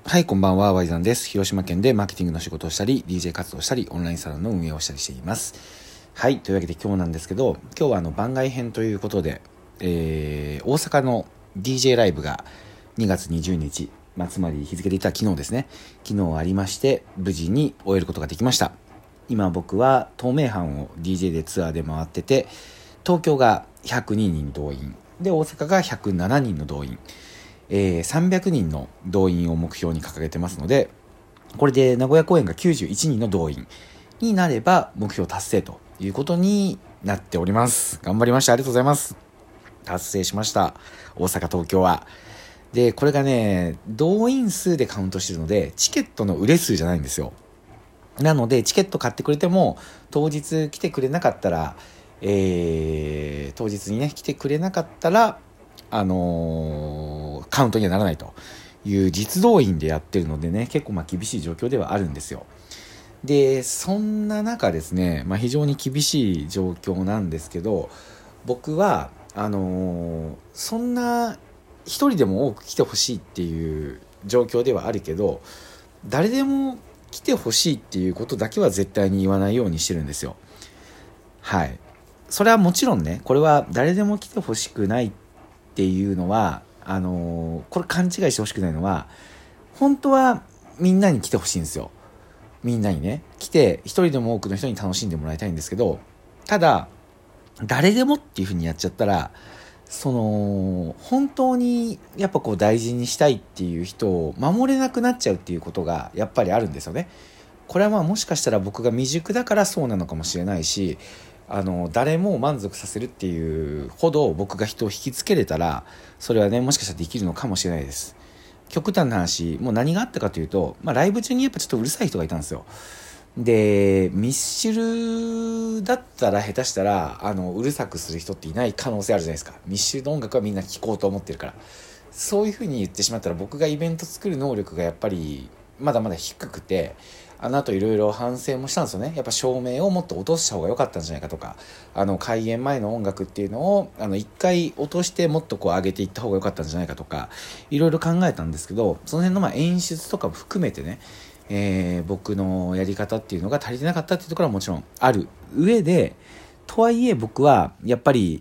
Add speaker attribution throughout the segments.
Speaker 1: はい、こんばんは、ワイザンです。広島県でマーケティングの仕事をしたり、DJ 活動をしたり、オンラインサロンの運営をしたりしています。はい、というわけで今日なんですけど、今日は番外編ということで、大阪の DJ ライブが2月20日、つまり日付で言ったら昨日ですね。昨日ありまして、無事に終えることができました。今僕は東名阪を DJ でツアーで回ってて、東京が102人動員、で、大阪が107人の動員。300人の動員を目標に掲げてますので、これで名古屋公演が91人の動員になれば目標達成ということになっております。頑張りました。ありがとうございます。達成しました。大阪、東京は。で、これがね、動員数でカウントしてるので、チケットの売れ数じゃないんですよ。なので、チケット買ってくれても、当日来てくれなかったら、当日にね、来てくれなかったら、カウントにはならないという実動員でやってるのでね、結構厳しい状況ではあるんですよ。で、そんな中ですね、非常に厳しい状況なんですけど、僕はそんな一人でも多く来てほしいっていう状況ではあるけど、誰でも来てほしいっていうことだけは絶対に言わないようにしてるんですよ。はい。それはもちろんね、これは誰でも来てほしくないっていうのは、これ勘違いしてほしくないのは、本当はみんなに来てほしいんですよ。みんなにね、来て一人でも多くの人に楽しんでもらいたいんですけど、ただ、誰でもっていう風にやっちゃったら、本当にやっぱ大事にしたいっていう人を守れなくなっちゃうっていうことがやっぱりあるんですよね。これはもしかしたら僕が未熟だからそうなのかもしれないし、誰も満足させるっていうほど僕が人を引きつけれたら、それはね、もしかしたらできるのかもしれないです。極端な話、もう何があったかというと、ライブ中にやっぱちょっとうるさい人がいたんですよ。で、ミスチルだったら下手したら、うるさくする人っていない可能性あるじゃないですか。ミスチルの音楽はみんな聴こうと思ってるから。そういう風に言ってしまったら、僕がイベント作る能力がやっぱりまだまだ低くて、あの後いろいろ反省もしたんですよね。やっぱ照明をもっと落とした方が良かったんじゃないかとか、開演前の音楽っていうのを一回落としてもっと上げていった方が良かったんじゃないかとか、いろいろ考えたんですけど、その辺の演出とかも含めてね、僕のやり方っていうのが足りてなかったっていうところはもちろんある上で、とはいえ僕はやっぱり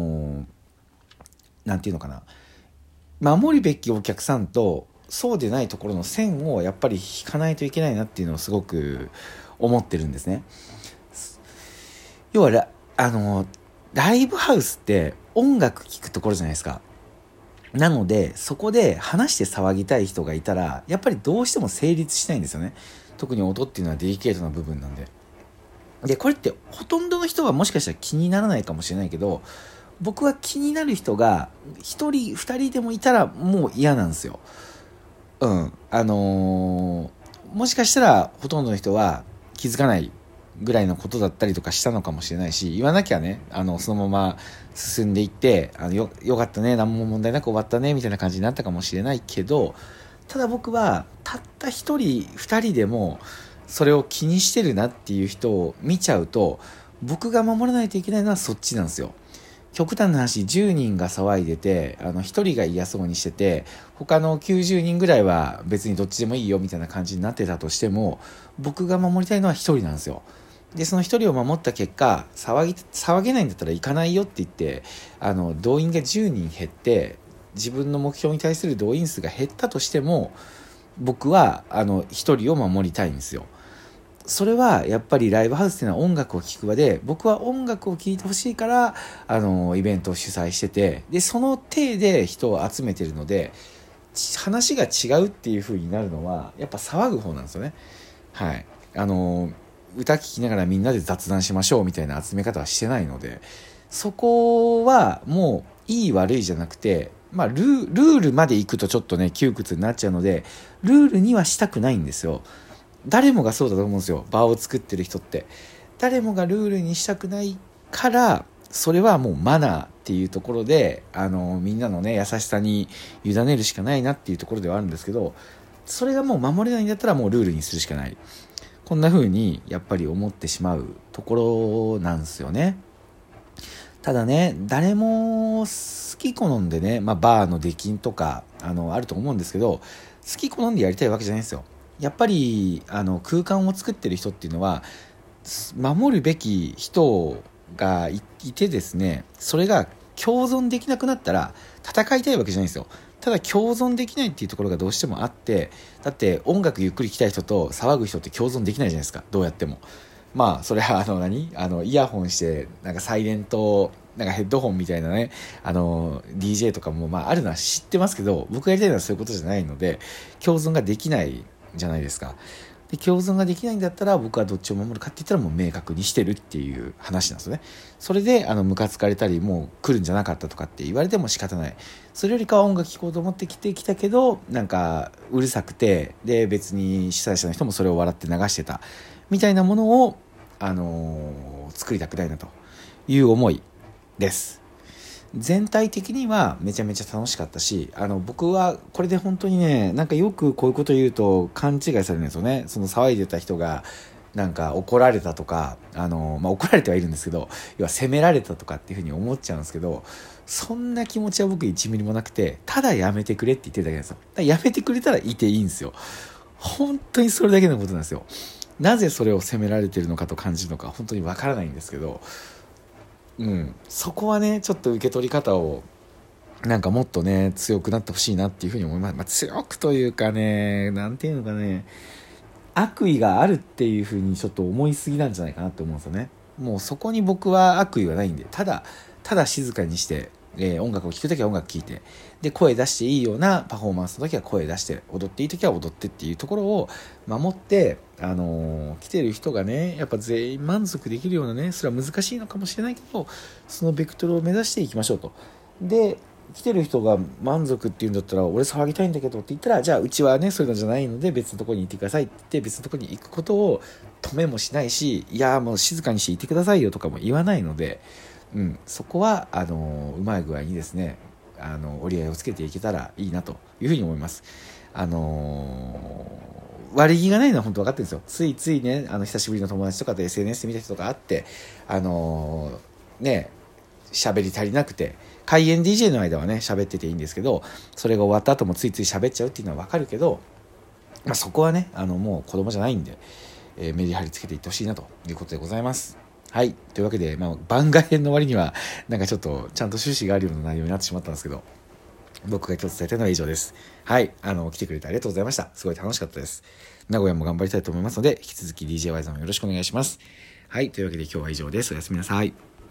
Speaker 1: なんていうのかな、守るべきお客さんとそうでないところの線をやっぱり引かないといけないなっていうのをすごく思ってるんですね。要はライブハウスって音楽聴くところじゃないですか。なのでそこで話して騒ぎたい人がいたらやっぱりどうしても成立しないんですよね。特に音っていうのはデリケートな部分なんで。でこれってほとんどの人はもしかしたら気にならないかもしれないけど、僕は気になる人が1人2人でもいたらもう嫌なんですよ。もしかしたらほとんどの人は気づかないぐらいのことだったりとかしたのかもしれないし、言わなきゃね、そのまま進んでいって、よかったね、何も問題なく終わったねみたいな感じになったかもしれないけど、ただ僕はたった一人二人でもそれを気にしてるなっていう人を見ちゃうと、僕が守らないといけないのはそっちなんですよ。極端な話、10人が騒いでて、1人が嫌そうにしてて、他の90人ぐらいは別にどっちでもいいよみたいな感じになってたとしても、僕が守りたいのは1人なんですよ。で、その1人を守った結果、騒げないんだったら行かないよって言って、動員が10人減って、自分の目標に対する動員数が減ったとしても、僕は1人を守りたいんですよ。それはやっぱりライブハウスっていうのは音楽を聴く場で、僕は音楽を聴いてほしいからイベントを主催してて、でその体で人を集めてるので、話が違うっていう風になるのはやっぱ騒ぐ方なんですよね。はい。歌聴きながらみんなで雑談しましょうみたいな集め方はしてないので、そこはもういい悪いじゃなくて、ルールまで行くとちょっとね窮屈になっちゃうので、ルールにはしたくないんですよ。誰もがそうだと思うんですよ。場を作ってる人って誰もがルールにしたくないから、それはもうマナーっていうところでみんなのね優しさに委ねるしかないなっていうところではあるんですけど、それがもう守れないんだったらもうルールにするしかない、こんな風にやっぱり思ってしまうところなんですよね。ただね、誰も好き好んでね、バーの出禁とかあると思うんですけど、 好き好んでやりたいわけじゃないんですよ。やっぱり空間を作ってる人っていうのは守るべき人がいてですね、それが共存できなくなったら戦いたいわけじゃないんですよ。ただ共存できないっていうところがどうしてもあって、だって音楽ゆっくり聴きたい人と騒ぐ人って共存できないじゃないですか、どうやっても。まあそれはイヤホンしてなんかサイレントなんかヘッドホンみたいなねDJ とかもまああるのは知ってますけど、僕がやりたいのはそういうことじゃないので共存ができないじゃないですか。で共存ができないんだったら僕はどっちを守るかって言ったらもう明確にしてるっていう話なんですよね。それでムカつかれたりもう来るんじゃなかったとかって言われても仕方ない。それよりかは音楽聴こうと思ってきたけどなんかうるさくて、で別に主催者の人もそれを笑って流してたみたいなものを作りたくないなという思いです。全体的にはめちゃめちゃ楽しかったし、僕はこれで本当にね、なんかよくこういうこと言うと勘違いされるんですよね。その騒いでた人がなんか怒られたとか怒られてはいるんですけど、要は責められたとかっていうふうに思っちゃうんですけど、そんな気持ちは僕1ミリもなくて、ただやめてくれって言ってるだけなんですよ。だからやめてくれたらいていいんですよ。本当にそれだけのことなんですよ。なぜそれを責められてるのかと感じるのか本当にわからないんですけど、そこはねちょっと受け取り方をなんかもっとね強くなってほしいなっていうふうに思います。強くというかね、なんていうのかね、悪意があるっていうふうにちょっと思いすぎなんじゃないかなって思うんですよね。もうそこに僕は悪意はないんで、ただ静かにして、音楽を聴くときは音楽聴いて、で声出していいようなパフォーマンスのときは声出して、踊っていいときは踊ってっていうところを守って、来てる人がねやっぱ全員満足できるようなね、それは難しいのかもしれないけど、そのベクトルを目指していきましょうと。で来てる人が満足っていうんだったら俺騒ぎたいんだけどって言ったら、じゃあうちはねそういうのじゃないので別のところに行ってくださいって言って別のところに行くことを止めもしないし、いやもう静かにしていてくださいよとかも言わないので、そこはうまい具合にですね折り合いをつけていけたらいいなというふうに思います。悪気がないのは本当分かってるんですよ。ついついね久しぶりの友達とかで SNS で見た人とかあって喋り足りなくて、開演 DJ の間はね喋ってていいんですけど、それが終わった後もついつい喋っちゃうっていうのは分かるけど、そこはねもう子供じゃないんで、メリハリつけていってほしいなということでございます。はい、というわけで、番外編の割にはなんかちょっとちゃんと趣旨があるような内容になってしまったんですけど、僕が今日伝えたいのは以上です。はい、来てくれてありがとうございました。すごい楽しかったです。名古屋も頑張りたいと思いますので、引き続き DJY さんもよろしくお願いします。はい、というわけで今日は以上です。おやすみなさい。